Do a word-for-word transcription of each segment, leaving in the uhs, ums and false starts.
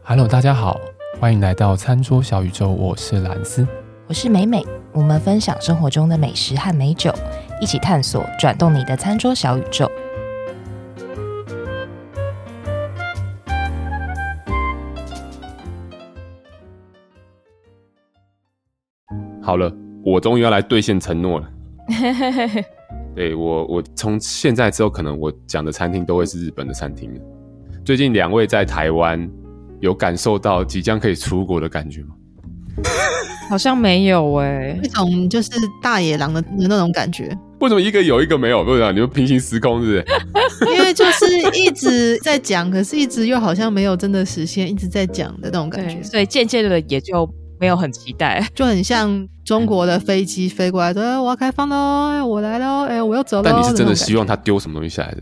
Hello， 大家好，欢迎来到餐桌小宇宙，我是蓝斯， 我是美美，我们分享生活中的美食和美酒，一起探索转动你的餐桌小宇宙。 好了，我终于要来兑现承诺了。对，我我从现在之后，可能我讲的餐厅都会是日本的餐厅了。最近两位在台湾有感受到即将可以出国的感觉吗？ 好像没有欸， 那种就是大野狼的那种感觉。 为什么一个有一个没有？为什么你们平行时空是不是？ 因为就是一直在讲，可是一直又好像没有真的实现，一直在讲的那种感觉， 所以渐渐的也就没有很期待， 就很像中国的飞机飞过来说、哎、我要开放咯、哎、我来咯、哎、我要走咯。 但你是真的希望他丢什么东西下来的？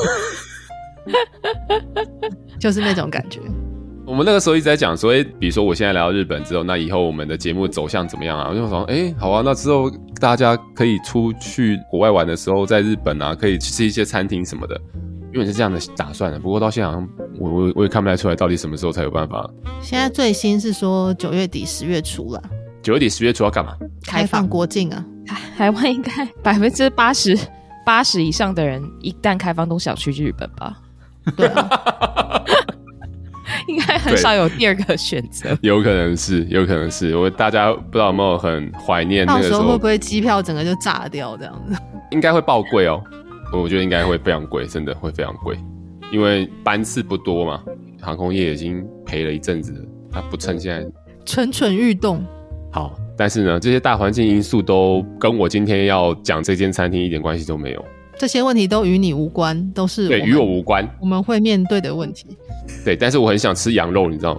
就是那种感觉。 我们那个时候一直在讲说，哎，比如说我现在来到日本之后，那以后我们的节目走向怎么样啊？我就想，哎，好啊，那之后大家可以出去国外玩的时候，在日本啊，可以吃一些餐厅什么的，因为是这样的打算的。不过到现在好像我我我也看不太出来，到底什么时候才有办法。 现在最新是说九月底十月初啦。 九月底十月初要干嘛？ 开放国境啊！ 台湾应该百分之八十八十以上的人，一旦开放都想去日本吧？ 对啊。 应该很少有第二个选择。 有可能是，有可能是。我大家不知道有没有很怀念那个时候， 到时候会不会机票整个就炸掉这样子？ 应该会爆贵哦，我觉得应该会非常贵，真的会非常贵，因为班次不多嘛，航空业已经赔了一阵子了，他不趁现在蠢蠢欲动。 好，但是呢，这些大环境因素都跟我今天要讲这间餐厅一点关系都没有。 这些问题都与你无关，都是对与我无关， 我们会面对的问题。 对，但是我很想吃羊肉，你知道吗？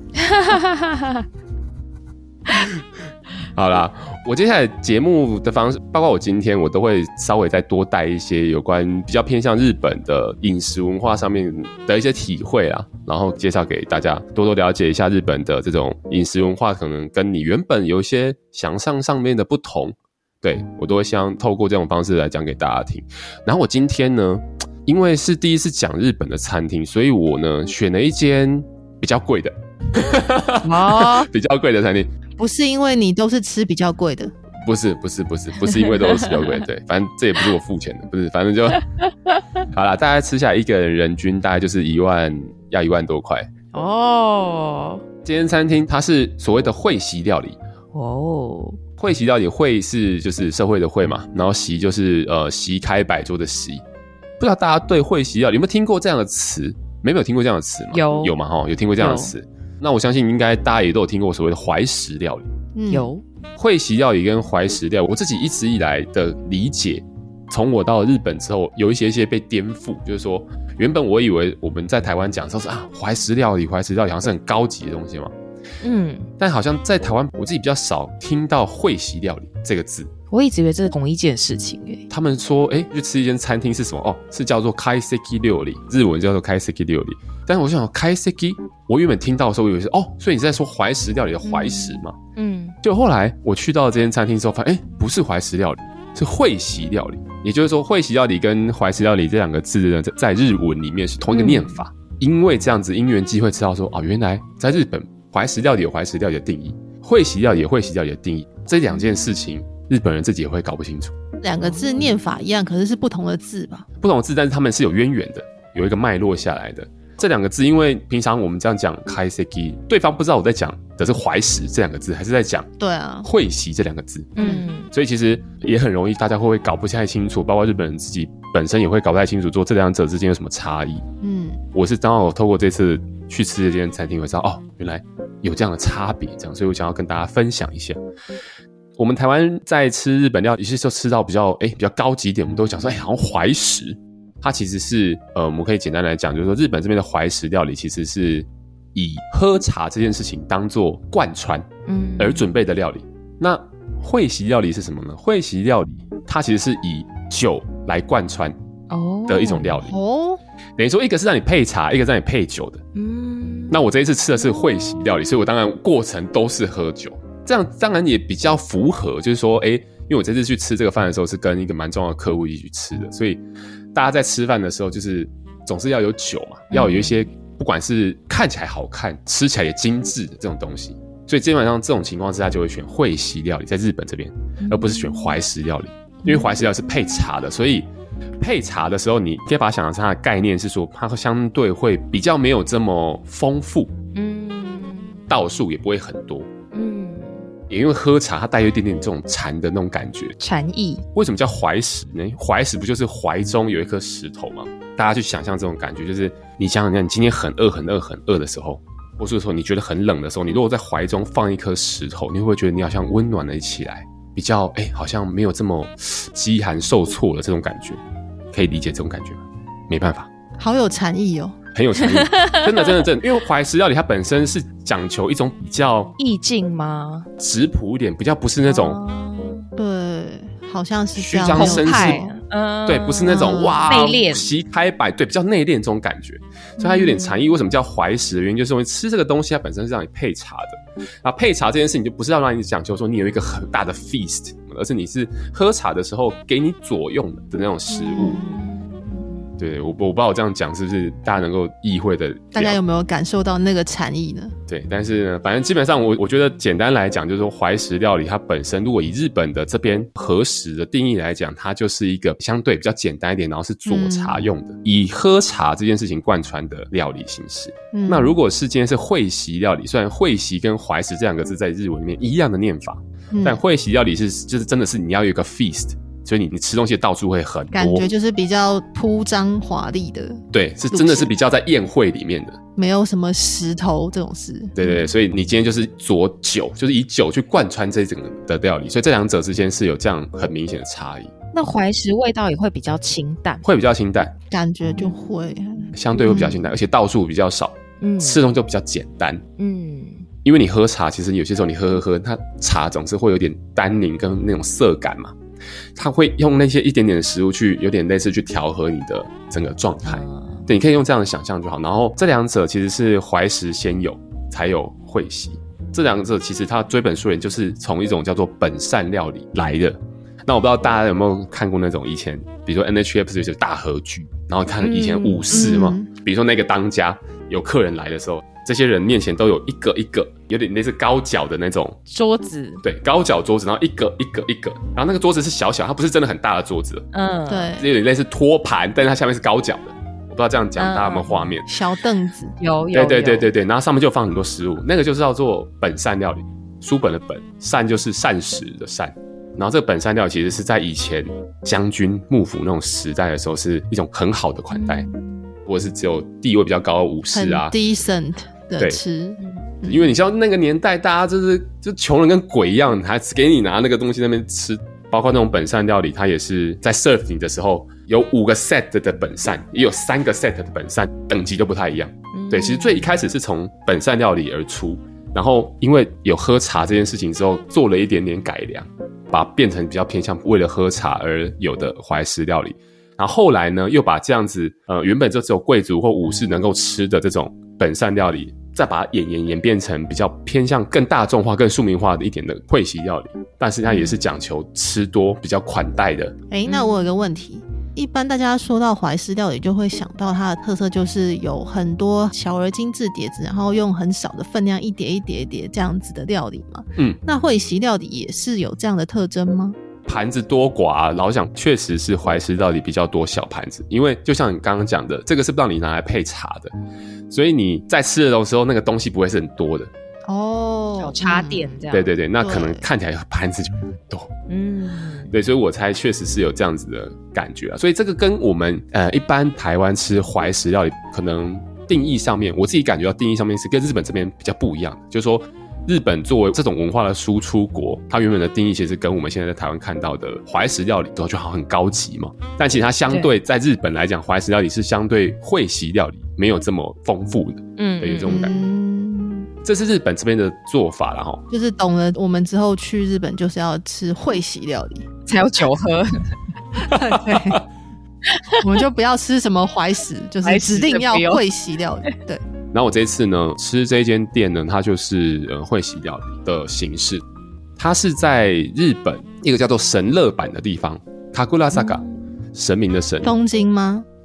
好啦，我接下来节目的方式，包括我今天，我都会稍微再多带一些有关比较偏向日本的饮食文化上面的一些体会啊，然后介绍给大家，多多了解一下日本的这种饮食文化，可能跟你原本有一些想象上面的不同。对，我都会希望透过这种方式来讲给大家听。然后我今天呢，因为是第一次讲日本的餐厅，所以我呢选了一间比较贵的，哦，比较贵的餐厅。 不是因为你都是吃比较贵的， 不是，不是，不是，不是因为都是吃比较贵的，对，反正这也不是我付钱的，不是，反正就好啦，大概吃下来一个人人均大概就是一万，要一万多块哦。这间餐厅它是所谓的会席料理哦。会席料理，会是就是社会的会嘛，然后席就是呃席开摆桌的席。不知道大家对会席料理有没有听过这样的词？没有听过这样的词吗？ 有有嘛哈？有听过这样的词？那我相信应该大家也都有听过所谓的怀石料理。 嗯、有会席料理跟怀石料理，我自己一直以来的理解，从我到日本之后，有一些一些被颠覆，就是说原本我以为我们在台湾讲说是啊怀石料理，怀石料理好像是很高级的东西嘛。嗯，但好像在台湾我自己比较少听到会席料理这个字。 我一直以为这是同一件事情诶。 他们说，哎，去吃一间餐厅是什么？哦，是叫做开席料理，日文叫做开席料理。但是我想开席，我原本听到的时候，我以为是哦，所以你是在说怀石料理的怀石嘛？嗯，就后来我去到这间餐厅之后，发现哎，不是怀石料理，是会席料理。也就是说，会席料理跟怀石料理这两个字呢，在日文里面是同一个念法。嗯、因为这样子因缘际会知道说，哦，原来在日本。怀石料理有怀石料理的定义，会席料理有会席料理的定义，这两件事情日本人自己也会搞不清楚。 两个字念法一样，可是是不同的字吧？ 不同的字，但是他们是有渊源的，有一个脉络下来的。这两个字，因为平常我们这样讲开席，对方不知道我在讲的是怀石这两个字，还是在讲对啊会席这两个字。嗯，所以其实也很容易，大家会不会搞不太清楚，包括日本人自己本身也会搞不太清楚，做这两者之间有什么差异。嗯，我是刚好透过这次去吃这间餐厅，我知道哦，原来有这样的差别，这样，所以我想要跟大家分享一下。我们台湾在吃日本料理，有些时候吃到比较哎比较高级一点，我们都会讲说，哎，好像怀石，它其实是呃，我们可以简单来讲，就是说日本这边的怀石料理，其实是以喝茶这件事情当做贯穿而准备的料理。嗯、那会席料理是什么呢？会席料理它其实是以酒来贯穿的一种料理。哦，等于说一个是让你配茶，一个是让你配酒的。嗯，那我这一次吃的是会席料理，所以我当然过程都是喝酒，这样当然也比较符合，就是说，哎，因为我这次去吃这个饭的时候是跟一个蛮重要的客户一起去吃的，所以大家在吃饭的时候就是总是要有酒嘛，要有一些不管是看起来好看吃起来也精致的这种东西，所以基本上这种情况之下就会选会席料理，在日本这边，而不是选怀石料理，因为怀石料理是配茶的，所以配茶的时候你可以把它想象成它的概念是说它相对会比较没有这么丰富，嗯，道数也不会很多，嗯，也因为喝茶它带有一点点这种禅的那种感觉， 禅意。 为什么叫怀石呢？怀石不就是怀中有一颗石头吗？大家去想象这种感觉，就是你想想看，你今天很饿很饿很饿的时候，或是说你觉得很冷的时候，你如果在怀中放一颗石头，你会不会觉得你好像温暖了起来，比较哎、欸，好像没有这么饥寒受挫的这种感觉？可以理解这种感觉吗？没办法， 好有禅意哦， 很有禅意，真的真的真的，因为怀石料理它本身是讲求一种比较意境吗？ 质朴一点，比较不是那种、 哦、对，好像是虚张声势， 嗯， 对，不是那种、嗯、哇内敛席开摆，对，比较内敛这种感觉，所以它有点禅意。为什么叫怀石的原因，就是因为吃这个东西它本身是让你配茶的，然后配茶这件事情就不是要让你讲究说你有一个很大的 feast， 而是你是喝茶的时候给你佐用的那种食物。嗯对，我我不知道我这样讲是不是大家能够意会的， 大家有没有感受到那个禅意呢？ 对，但是呢，反正基本上我我觉得简单来讲，就是说怀石料理它本身，如果以日本的这边和食的定义来讲，它就是一个相对比较简单一点，然后是佐茶用的，嗯、以喝茶这件事情贯穿的料理形式。嗯、那如果是今天是会席料理，虽然会席跟怀石这两个字在日文里面一样的念法，嗯、但会席料理是就是真的是你要有一个 feast。所以 你, 你吃东西的道数会很多， 感觉就是比较铺张华丽的， 对，是真的是比较在宴会里面的， 没有什么石头这种事。 对对对，所以你今天就是佐酒，就是以酒去贯穿这整个的料理，所以这两者之间是有这样很明显的差异。 那怀石味道也会比较清淡， 会比较清淡， 感觉就会相对会比较清淡，嗯、而且道数比较少，嗯，吃的东西就比较简单，嗯。因为你喝茶，其实有些时候你喝喝喝，它茶总是会有点单宁跟那种涩感嘛。它会用那些一点点的食物去有点类似去调和你的整个状态，嗯、对，你可以用这样的想象就好。然后这两者其实是怀石先有，才有会席。这两者其实它追本溯源就是从一种叫做本善料理来的。那我不知道大家有没有看过那种以前，比如说 N H K 不是有些大和剧，然后看以前舞狮嘛，嗯嗯、比如说那个当家有客人来的时候。这些人面前都有一个一个有点类似高脚的那种桌子， 对，高脚桌子，然后一个一个一个，然后那个桌子是小小，它不是真的很大的桌子， 嗯，对， 有点类似托盘，但是它下面是高脚的，我不知道这样讲、嗯、大家有没有画面？ 小凳子， 有有， 对对对对对，然后上面就放很多食物，那个就是叫做本善料理，书本的本，善就是膳食的膳。然后这个本善料理其实是在以前将军幕府那种时代的时候，是一种很好的款待，嗯、或者是只有地位比较高的武士啊， 很 decent。的吃， 嗯、因为你像那个年代，大家就是就穷人跟鬼一样，还给你拿那个东西在那边吃。包括那种本善料理，它也是在 serve 你的时候，有五个 set 的本善，也有三个 set 的本善，等级都不太一样。嗯、对，其实最一开始是从本善料理而出，然后因为有喝茶这件事情之后，做了一点点改良，把它变成比较偏向为了喝茶而有的怀石料理。然后后来呢，又把这样子呃原本就只有贵族或武士能够吃的这种本善料理，再把它演演演变成比较偏向更大众化、更庶民化的一点的会席料理，但是它也是讲求吃多、比较款待的。 哎、欸，那我有个问题，一般大家说到怀石料理，就会想到它的特色就是有很多小而精致碟子，然后用很少的分量一碟一碟一碟这样子的料理嘛。嗯，那会席料理也是有这样的特征吗？ 盘子多寡、啊，老讲确实是怀石料理比较多小盘子，因为就像你刚刚讲的，这个是让你拿来配茶的，所以你在吃的时候那个东西不会是很多的哦， 小插点这样。 对对对，那可能看起来盘子就很多。嗯，对，所以我猜确实是有这样子的感觉啊。所以这个跟我们呃一般台湾吃怀石料理可能定义上面，我自己感觉到定义上面是跟日本这边比较不一样的，就是说。日本作为这种文化的输出国，它原本的定义其实跟我们现在在台湾看到的怀石料理都就好像很高级嘛，但其实它相对在日本来讲，怀石料理是相对会席料理没有这么丰富的，嗯，有这种感觉。嗯、这是日本这边的做法啦齁， 就是懂了，我们之后去日本就是要吃会席料理， 才有酒喝。 对，我们就不要吃什么怀石，就是指定要会席料理。对。 然后我这次呢吃这间店呢，它就是呃会席料理的形式，它是在日本一个叫做神乐坂的地方，卡古拉萨嘎，神明的神， 东京吗？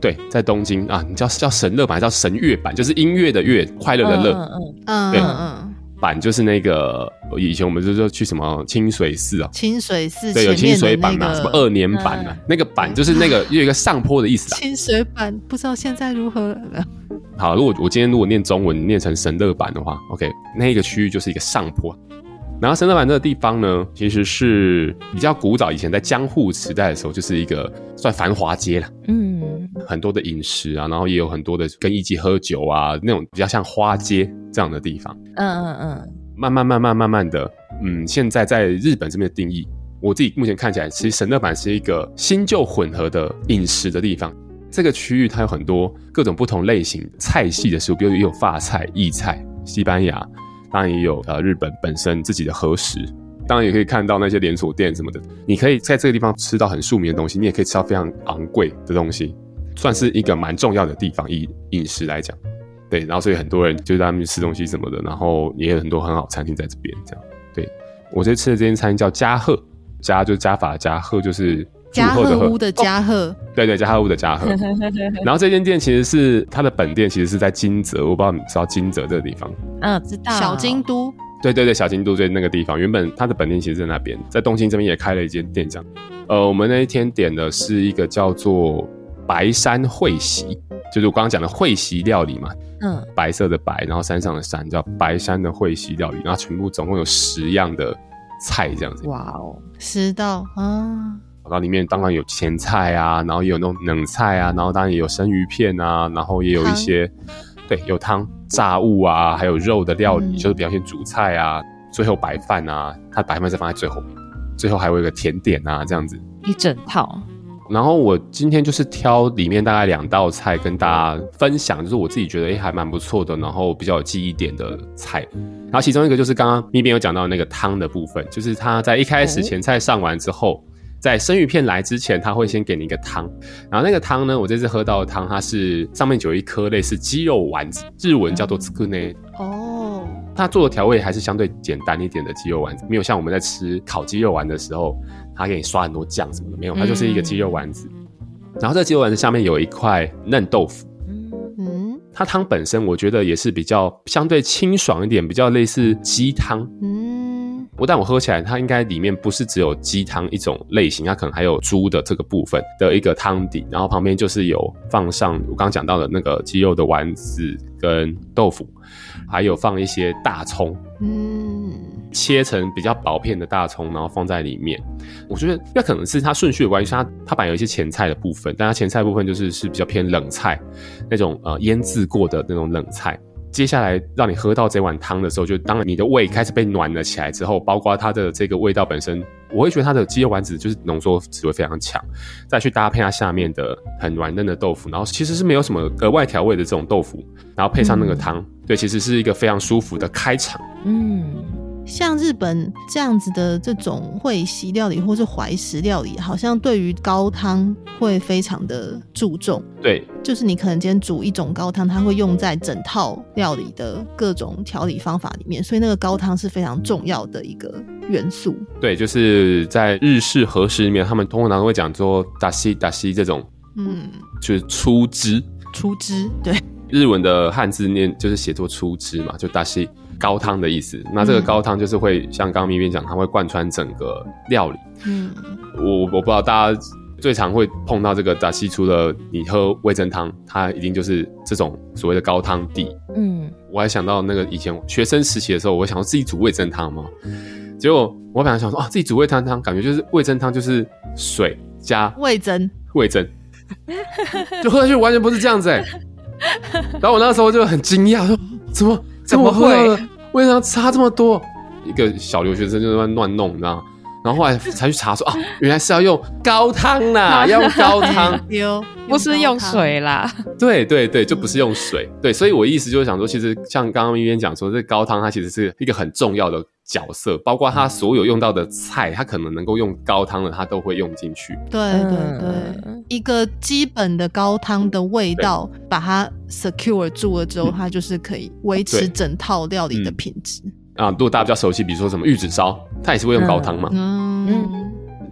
对，在东京啊，你叫叫神乐版，叫神乐版，就是音乐的乐，快乐的乐。嗯嗯对嗯嗯。版就是那个以前我们就说去什么清水寺啊， 清水寺对有清水版嘛，什么二年版嘛、嗯，那个版就是那个有一个上坡的意思啊。 清水版不知道现在如何了。 好，如果我今天如果念中文念成神乐版的话 ，OK， 那一个区域就是一个上坡。然后神乐版这个地方呢，其实是比较古早，以前在江户时代的时候，就是一个算繁华街啦。嗯，很多的饮食啊，然后也有很多的跟一起喝酒啊，那种比较像花街这样的地方。嗯嗯嗯。慢慢慢慢慢慢的，嗯，现在在日本这边的定义，我自己目前看起来，其实神乐版是一个新旧混合的饮食的地方。这个区域它有很多各种不同类型菜系的食物，比如也有法菜、意菜、西班牙。当然也有呃日本本身自己的和食，当然也可以看到那些连锁店什么的。你可以在这个地方吃到很庶民的东西，你也可以吃到非常昂贵的东西，算是一个蛮重要的地方，以饮食来讲。对，然后所以很多人就在那边吃东西什么的，然后也有很多很好餐厅在这边。这样，对我这次吃的这间餐厅叫加贺，加就是加法的加，贺就是加贺屋的加贺， 对对，加贺屋的加贺。然后这间店其实是它的本店，其实是在金泽，我不知道你知道金泽这个地方？ 嗯，知道。 小京都。 对对对，小京都对那个地方，原本它的本店其实在那边，在东京这边也开了一间店这样。呃，我们那一天点的是一个叫做白山会席，就是我刚刚讲的会席料理嘛。嗯，白色的白，然后山上的山，叫白山的会席料理，然后全部总共有十样的菜这样子。 哇哦，十道啊！ 然后里面当然有前菜啊，然后也有那种冷菜啊，然后当然也有生鱼片啊，然后也有一些对有汤、炸物啊，还有肉的料理，嗯、就是表现主菜啊，最后白饭啊，它白饭是放在最后面，最后还有一个甜点啊，这样子一整套。 然后我今天就是挑里面大概两道菜跟大家分享，就是我自己觉得哎还蛮不错的，然后比较有记忆点的菜。然后其中一个就是刚刚那边有讲到那个汤的部分，就是他在一开始前菜上完之后，在生鱼片来之前，他会先给你一个汤。然后那个汤呢，我这次喝到的汤，它是上面有一颗类似鸡肉丸子，日文叫做 tsukune。哦，它做的调味还是相对简单一点的鸡肉丸子，没有像我们在吃烤鸡肉丸的时候，它给你刷很多酱什么的，没有，它就是一个鸡肉丸子。嗯、然后这个鸡肉丸子下面有一块嫩豆腐。嗯，它汤本身我觉得也是比较相对清爽一点，比较类似鸡汤。嗯，我但我喝起来，它应该里面不是只有鸡汤一种类型，它可能还有猪的这个部分的一个汤底，然后旁边就是有放上我刚刚讲到的那个鸡肉的丸子跟豆腐，还有放一些大葱。嗯。切成比较薄片的大葱，然后放在里面。我觉得那可能是它顺序的关系，它它本来有一些前菜的部分，但它前菜的部分就是是比较偏冷菜，那种呃腌制过的那种冷菜。接下来让你喝到这碗汤的时候，就当你的胃开始被暖了起来之后，包括它的这个味道本身，我会觉得它的鸡肉丸子就是浓缩值会非常强，再去搭配它下面的很软嫩的豆腐，然后其实是没有什么额外调味的这种豆腐，然后配上那个汤，嗯、对，其实是一个非常舒服的开场。嗯。 像日本这样子的这种会席料理或是怀石料理，好像对于高汤会非常的注重。 对， 就是你可能今天煮一种高汤，它会用在整套料理的各种调理方法里面，所以那个高汤是非常重要的一个元素。 对，就是在日式和食里面，他们通常会讲说达西达西这种，嗯，就是出汁， 出汁，对。 日文的汉字念就是写作出汁嘛，就达西高汤的意思。那这个高汤就是会、嗯、像刚刚咪咪讲，它会贯穿整个料理。嗯，我我不知道大家最常会碰到这个达西，除了你喝味噌汤，它一定就是这种所谓的高汤底。嗯，我还想到那个以前学生时期的时候，我想要自己煮味噌汤嘛，结果我本来想说啊，自己煮味噌汤，感觉就是味噌汤就是水加味噌， 味噌，就喝下去完全不是这样子哎、欸。然后我那时候就很惊讶，说怎么怎么喝到的味道差这么多？一个小留学生就在那乱弄，你知道吗？然后后来才去查说啊，原来是要用高汤啦，要用高汤， 不是用水啦。 对对对，就不是用水。对，所以我意思就是想说，其实像刚刚咪咪讲说，这高汤它其实是一个很重要的角色，包括它所有用到的菜，它可能能够用高汤的，它都会用进去。 对对对，嗯、一个基本的高汤的味道，把它 secure 住了之后，它就是可以维持整套料理的品质。 啊，如果大家比较熟悉，比如说什么玉子烧，它也是会用高汤嘛。嗯，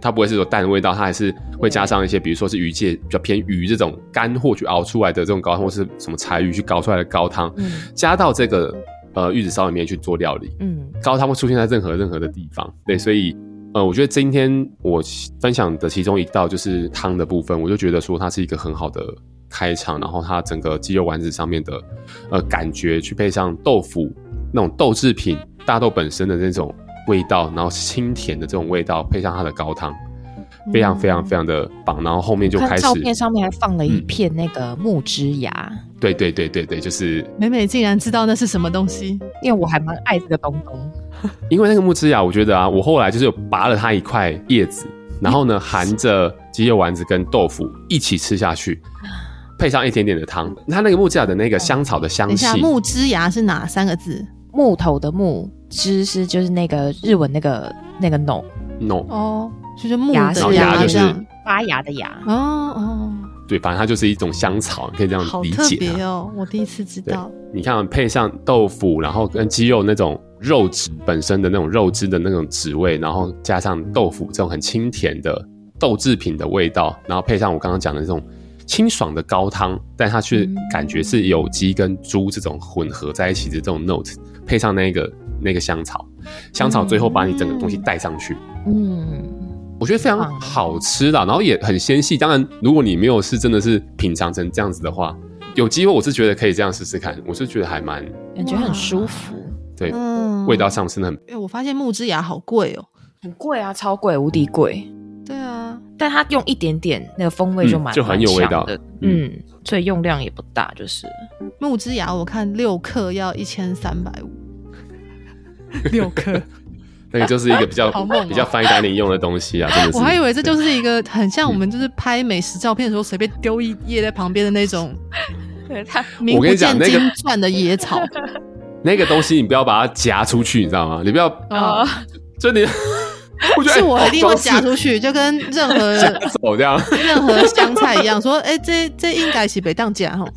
它不会是有淡的味道，它还是会加上一些比如说是鱼介比较偏鱼这种干货去熬出来的这种高汤，或是什么柴鱼去搞出来的高汤、嗯、加到这个呃玉子烧里面去做料理，嗯，高汤会出现在任何任何的地方，对，所以呃，我觉得今天我分享的其中一道就是汤的部分，我就觉得说它是一个很好的开场，然后它整个鸡肉丸子上面的呃感觉，去配上豆腐那种豆制品、大豆本身的那种味道，然后清甜的这种味道，配上它的高汤，非常非常非常的棒。然后后面就开始， 照片上面还放了一片那个木枝芽。嗯、 对对对对对，就是美美竟然知道那是什么东西， 因为我还蛮爱这个东东。 因为那个木枝芽，我觉得啊，我后来就是有拔了它一块叶子，然后呢，含着鸡肉丸子跟豆腐一起吃下去，配上一点点的汤，它那个木枝芽的那个香草的香气。 等一下，木枝芽是哪三个字？ 木头的木，枝是就是那个日文那个那个 no no 哦，就是木的芽， 就是发芽的芽。 哦哦。 对，反正它就是一种香草，你可以这样理解它。好特别哦，我第一次知道。 你看，配上豆腐，然后跟鸡肉那种肉质本身的那种肉汁的那种滋味，然后加上豆腐这种很清甜的豆制品的味道，然后配上我刚刚讲的这种清爽的高汤，但它却感觉是有鸡跟猪这种混合在一起的这种 note， 配上那个那个香草，香草最后把你整个东西带上去。嗯。我觉得非常好吃啦，然后也很纤细。当然，如果你没有是真的是品尝成这样子的话，有机会我是觉得可以这样试试看。我是觉得还蛮感觉很舒服， 对，嗯、味道上真的很。 哎，我发现木枝芽好贵哦， 很贵啊，超贵，无敌贵。 对啊， 但它用一点点那个风味就蛮、 嗯、就很有味道的，嗯，所以用量也不大，就是木枝芽我看六克要一千三百五，六克。 那个就是一个比较、哦、比较 fine dining 用的东西啊，真的是。 我还以为这就是一个很像我们就是拍美食照片的时候随便丢一叶在旁边的那种，对，它名不见经传的野草。 那个东西你不要把它夹出去，你知道吗？你不要啊，就你， 我觉得是我一定会夹出去，就跟任何走这样， 任何香菜一样，说哎、欸，这这应该是北当夹哈。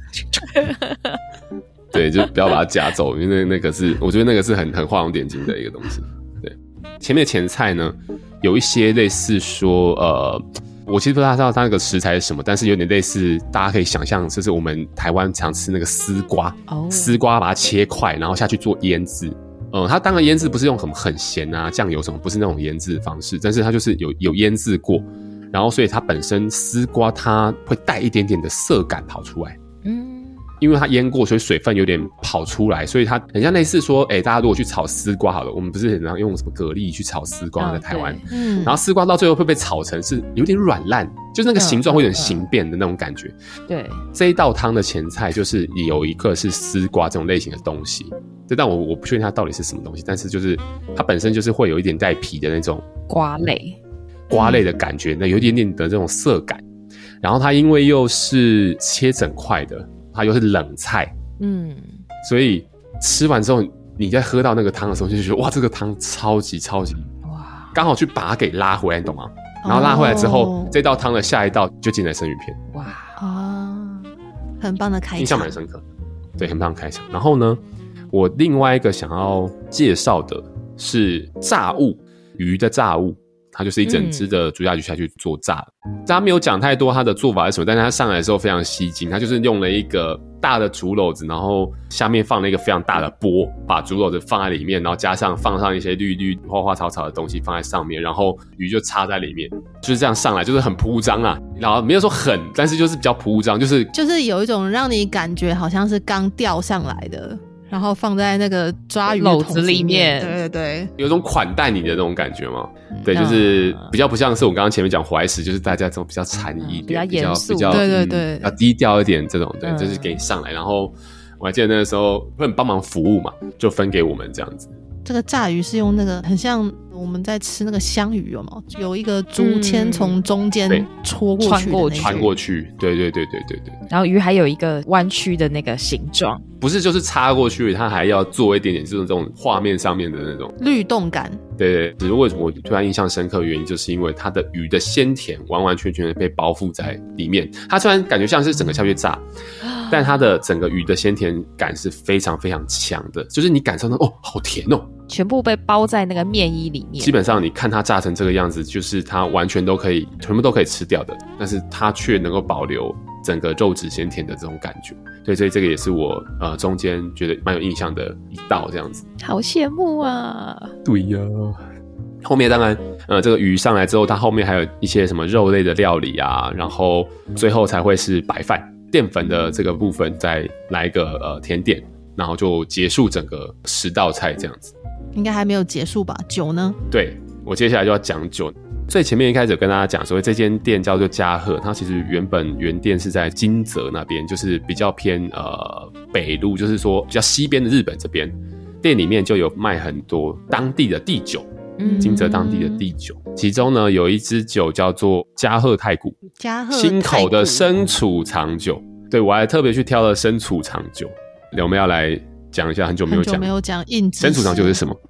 对，就不要把它夹走，因为那个是我觉得那个是很很画龙点睛的一个东西。前面的前菜呢，有一些类似说，呃，我其实不知道它那个食材是什么，但是有点类似，大家可以想象，就是我们台湾常吃那个丝瓜，哦、丝瓜把它切块，然后下去做腌制。呃，它当然腌制不是用很很咸啊酱油什么，不是那种腌制的方式，但是它就是有有腌制过，然后所以它本身丝瓜它会带一点点的涩感跑出来。嗯。因为它腌过，所以水分有点跑出来，所以它很像类似说，哎、欸，大家如果去炒丝瓜好了，我们不是很常用什么蛤蜊去炒丝瓜在台湾、哦嗯，然后丝瓜到最后会被炒成是有点软烂，就是那个形状会有点形变的那种感觉。 对、嗯， 这一道汤的前菜就是有一个是丝瓜这种类型的东西，对，但我我不确定它到底是什么东西，但是就是它本身就是会有一点带皮的那种瓜类， 瓜类的感觉，那有一点点的这种涩感，然后它因为又是切整块的。它又是冷菜，嗯，所以吃完之后，你在喝到那个汤的时候，就觉得哇，这个汤超级超级哇，刚好去把它给拉回来，你懂吗？然后拉回来之后，哦、这道汤的下一道就进来生鱼片，哇啊，很棒的开场， 印象蛮深刻，对，很棒的开场。然后呢，我另外一个想要介绍的是炸物，鱼的炸物。它就是一整只的竹下鱼下去做炸的，它没有讲太多它的做法是什么，但是它上来的时候非常吸睛，它就是用了一个大的竹篓子，然后下面放了一个非常大的钵，把竹篓子放在里面，然后加上放上一些绿绿花花草草的东西放在上面，然后鱼就插在里面，就是这样上来，就是很铺张啊，然后没有说狠，但是就是比较铺张，就是就是有一种让你感觉好像是刚钓上来的。然后放在那个抓鱼的篓子里面， 对对对， 有种款待你的那种感觉嘛。嗯、对，就是比较不像是我刚刚前面讲怀石，就是大家这种比较禅意一点， 比较严肃， 比较对对对， 比较低调一点这种，对，嗯、就是给你上来。然后我还记得那个时候会很帮忙服务嘛，就分给我们这样子。 这个炸鱼是用那个很像我们在吃那个香鱼，有没有？有一个竹签从中间戳过去的、那個， 穿过去，对对对对对对。 然后鱼还有一个弯曲的那个形状， 不是就是插过去，它还要做一点点这种这种画面上面的那种律动感。 对对，只是为什么我突然印象深刻的原因，就是因为它的鱼的鲜甜完完全全的被包覆在里面。它虽然感觉像是整个下去炸，但它的整个鱼的鲜甜感是非常非常强的，就是你感受到哦，好甜哦。 全部被包在那个面衣里面。 基本上你看它炸成这个样子，就是它完全都可以，全部都可以吃掉的，但是它却能够保留整个肉质鲜甜的这种感觉。对，所以这个也是我呃中间觉得蛮有印象的一道这样子。 好羡慕啊！ 对呀。后面当然，呃，这个鱼上来之后，它后面还有一些什么肉类的料理啊，然后最后才会是白饭、淀粉的这个部分，再来一个呃甜点，然后就结束整个十道菜这样子。 应该还没有结束吧？酒呢？ 对，我接下来就要讲酒。最前面一开始跟大家讲说，这间店叫做嘉禾，它其实原本原店是在金泽那边，就是比较偏呃北路，就是说比较西边的日本这边。店里面就有卖很多当地的地酒。金泽当地的地酒，其中呢有一支酒叫做嘉禾太古， 嘉禾新口的生储藏酒。对，我还特别去挑了生储藏酒。我们要来讲一下，很久没有讲， 很久没有讲硬知识。 生储藏酒是什么？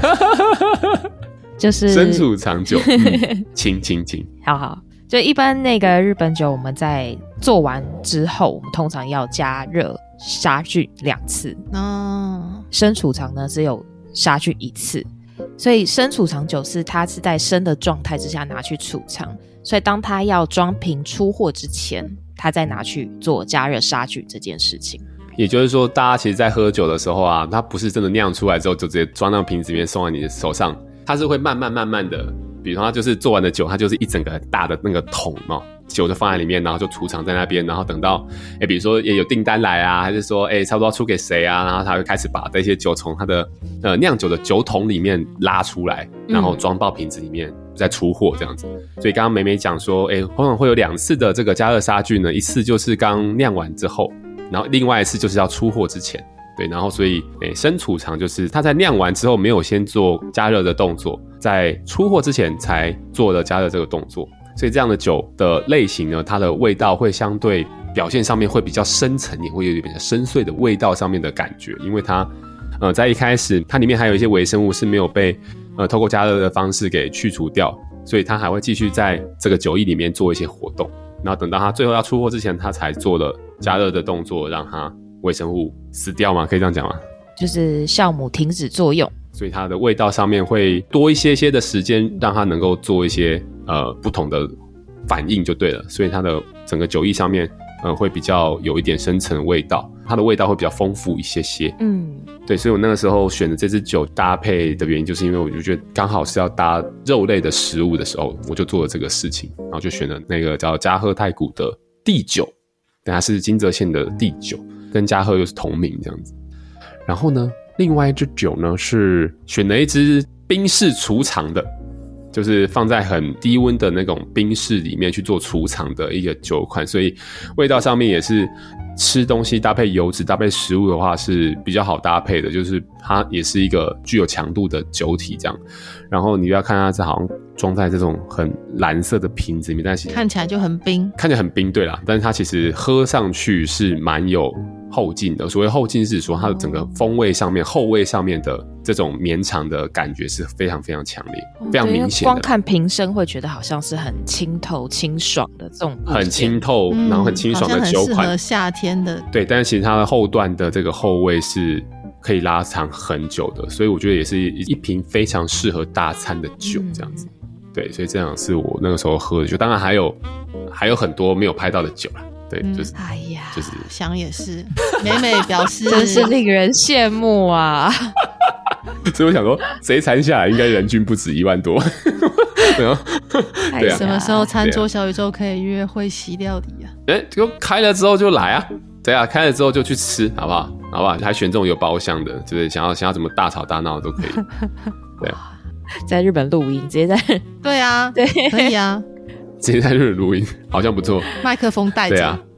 就是生储藏酒。请请请， 好好。就一般那个日本酒，我们在做完之后，我们通常要加热杀菌两次。哦，生储藏呢只有杀菌一次。所以生储藏酒是它是在生的状态之下拿去储藏，所以当它要装瓶出货之前，它再拿去做加热杀菌这件事情。 也就是说，大家其实在喝酒的时候啊，它不是真的酿出来之后就直接装到瓶子里面送到你的手上，它是会慢慢慢慢的，比如说它就是做完的酒，它就是一整个很大的那个桶嘛，酒就放在里面，然后就储藏在那边，然后等到诶比如说也有订单来啊，还是说诶差不多要出给谁啊，然后他会开始把这些酒从他的呃酿酒的酒桶里面拉出来，然后装到瓶子里面再出货这样子。所以刚刚美美讲说诶通常会有两次的这个加热杀菌呢，一次就是刚酿完之后，然后另外一次就是要出货之前。对，然后所以诶生储藏就是它在酿完之后没有先做加热的动作，在出货之前才做了加热这个动作。所以这样的酒的类型呢，它的味道会相对表现上面会比较深层，也会有点比较深邃的味道上面的感觉，因为它呃在一开始它里面还有一些微生物是没有被呃透过加热的方式给去除掉，所以它还会继续在这个酒液里面做一些活动，然后等到它最后要出货之前，它才做了加热的动作，让它微生物死掉吗？可以这样讲吗？ 就是酵母停止作用， 所以它的味道上面会多一些些的时间，让它能够做一些呃不同的反应就对了。所以它的整个酒液上面呃会比较有一点深层的味道，它的味道会比较丰富一些些。嗯，对，所以我那个时候选的这支酒搭配的原因，就是因为我就觉得刚好是要搭肉类的食物的时候，我就做了这个事情，然后就选了那个叫嘉禾太古的地酒，但它是金泽县的地酒，跟嘉禾又是同名这样子。然后呢，另外一支酒呢是选了一支冰室储藏的，就是放在很低温的那种冰室里面去做储藏的一个酒款，所以味道上面也是吃东西搭配油脂搭配食物的话是比较好搭配的，就是它也是一个具有强度的酒体这样。然后你不要看它是好像装在这种很蓝色的瓶子里面，但是看起来就很冰， 看起来很冰，对啦，但是它其实喝上去是蛮有后劲的。所谓后劲是说它的整个风味上面、后味上面的这种绵长的感觉是非常非常强烈、嗯、非常明显的。 光看瓶身会觉得好像是很清透、清爽的这种， 很清透，然后很清爽的酒款， 嗯、好像很适合夏天的。 对，但是其实它的后段的这个后味是可以拉长很久的，所以我觉得也是一瓶非常适合大餐的酒这样子。嗯、对，所以这样是我那个时候喝的酒，当然还有还有很多没有拍到的酒啦。对，就是， 哎呀， 就是， 想也是，美美表示真是令人羡慕啊！ 所以我想说，这一餐下来应该人均不止一万多。对啊， 对啊，什么时候餐桌小宇宙可以约会席料理啊？ 哎、欸，就开了之后就来啊！对啊，开了之后就去吃，好不好？好不好？还选这种有包厢的，就是想要想要怎么大吵大闹都可以。对啊， 在日本录音，直接在对啊，对，可以啊。 直接在日本录音好像不错， 麦克风带着。 对啊，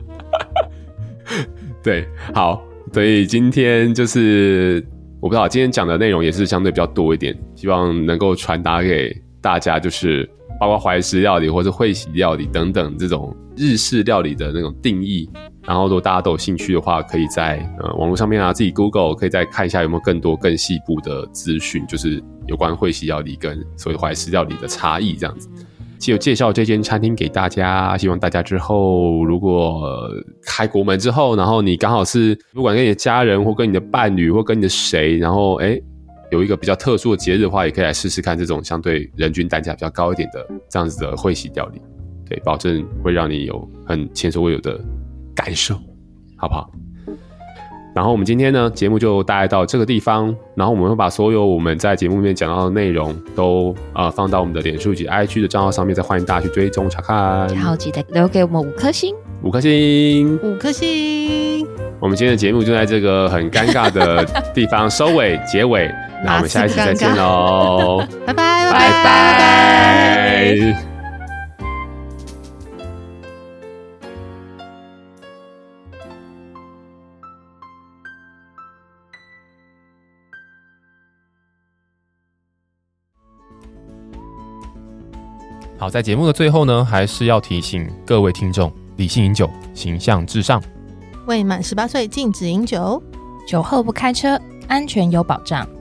对，好，所以今天就是我不知道今天讲的内容也是相对比较多一点，希望能够传达给大家，就是包括怀石料理或者会席料理等等这种日式料理的那种定义。然后如果大家都有兴趣的话，可以在呃网络上面啊，自己 Google 可以再看一下有没有更多更细部的资讯，就是有关会席料理跟所谓怀石料理的差异这样子。就介绍这间餐厅给大家，希望大家之后如果开国门之后，然后你刚好是不管跟你的家人或跟你的伴侣或跟你的谁，然后诶有一个比较特殊的节日的话，也可以来试试看这种相对人均单价比较高一点的这样子的会席料理，对，保证会让你有很前所未有的感受，好不好？然后我们今天呢节目就大概到这个地方，然后我们会把所有我们在节目里面讲到的内容都、呃、放到我们的脸书以及 I G 的账号上面，再欢迎大家去追踪查看， 然后记得留给我们五颗星五颗星五颗星。 我们今天的节目就在这个很尴尬的地方收尾结尾，那我们下一期再见喽拜拜拜拜。 好，在节目的最后呢，还是要提醒各位听众，理性饮酒，形象至上。 未满十八岁禁止饮酒， 酒后不开车，安全有保障。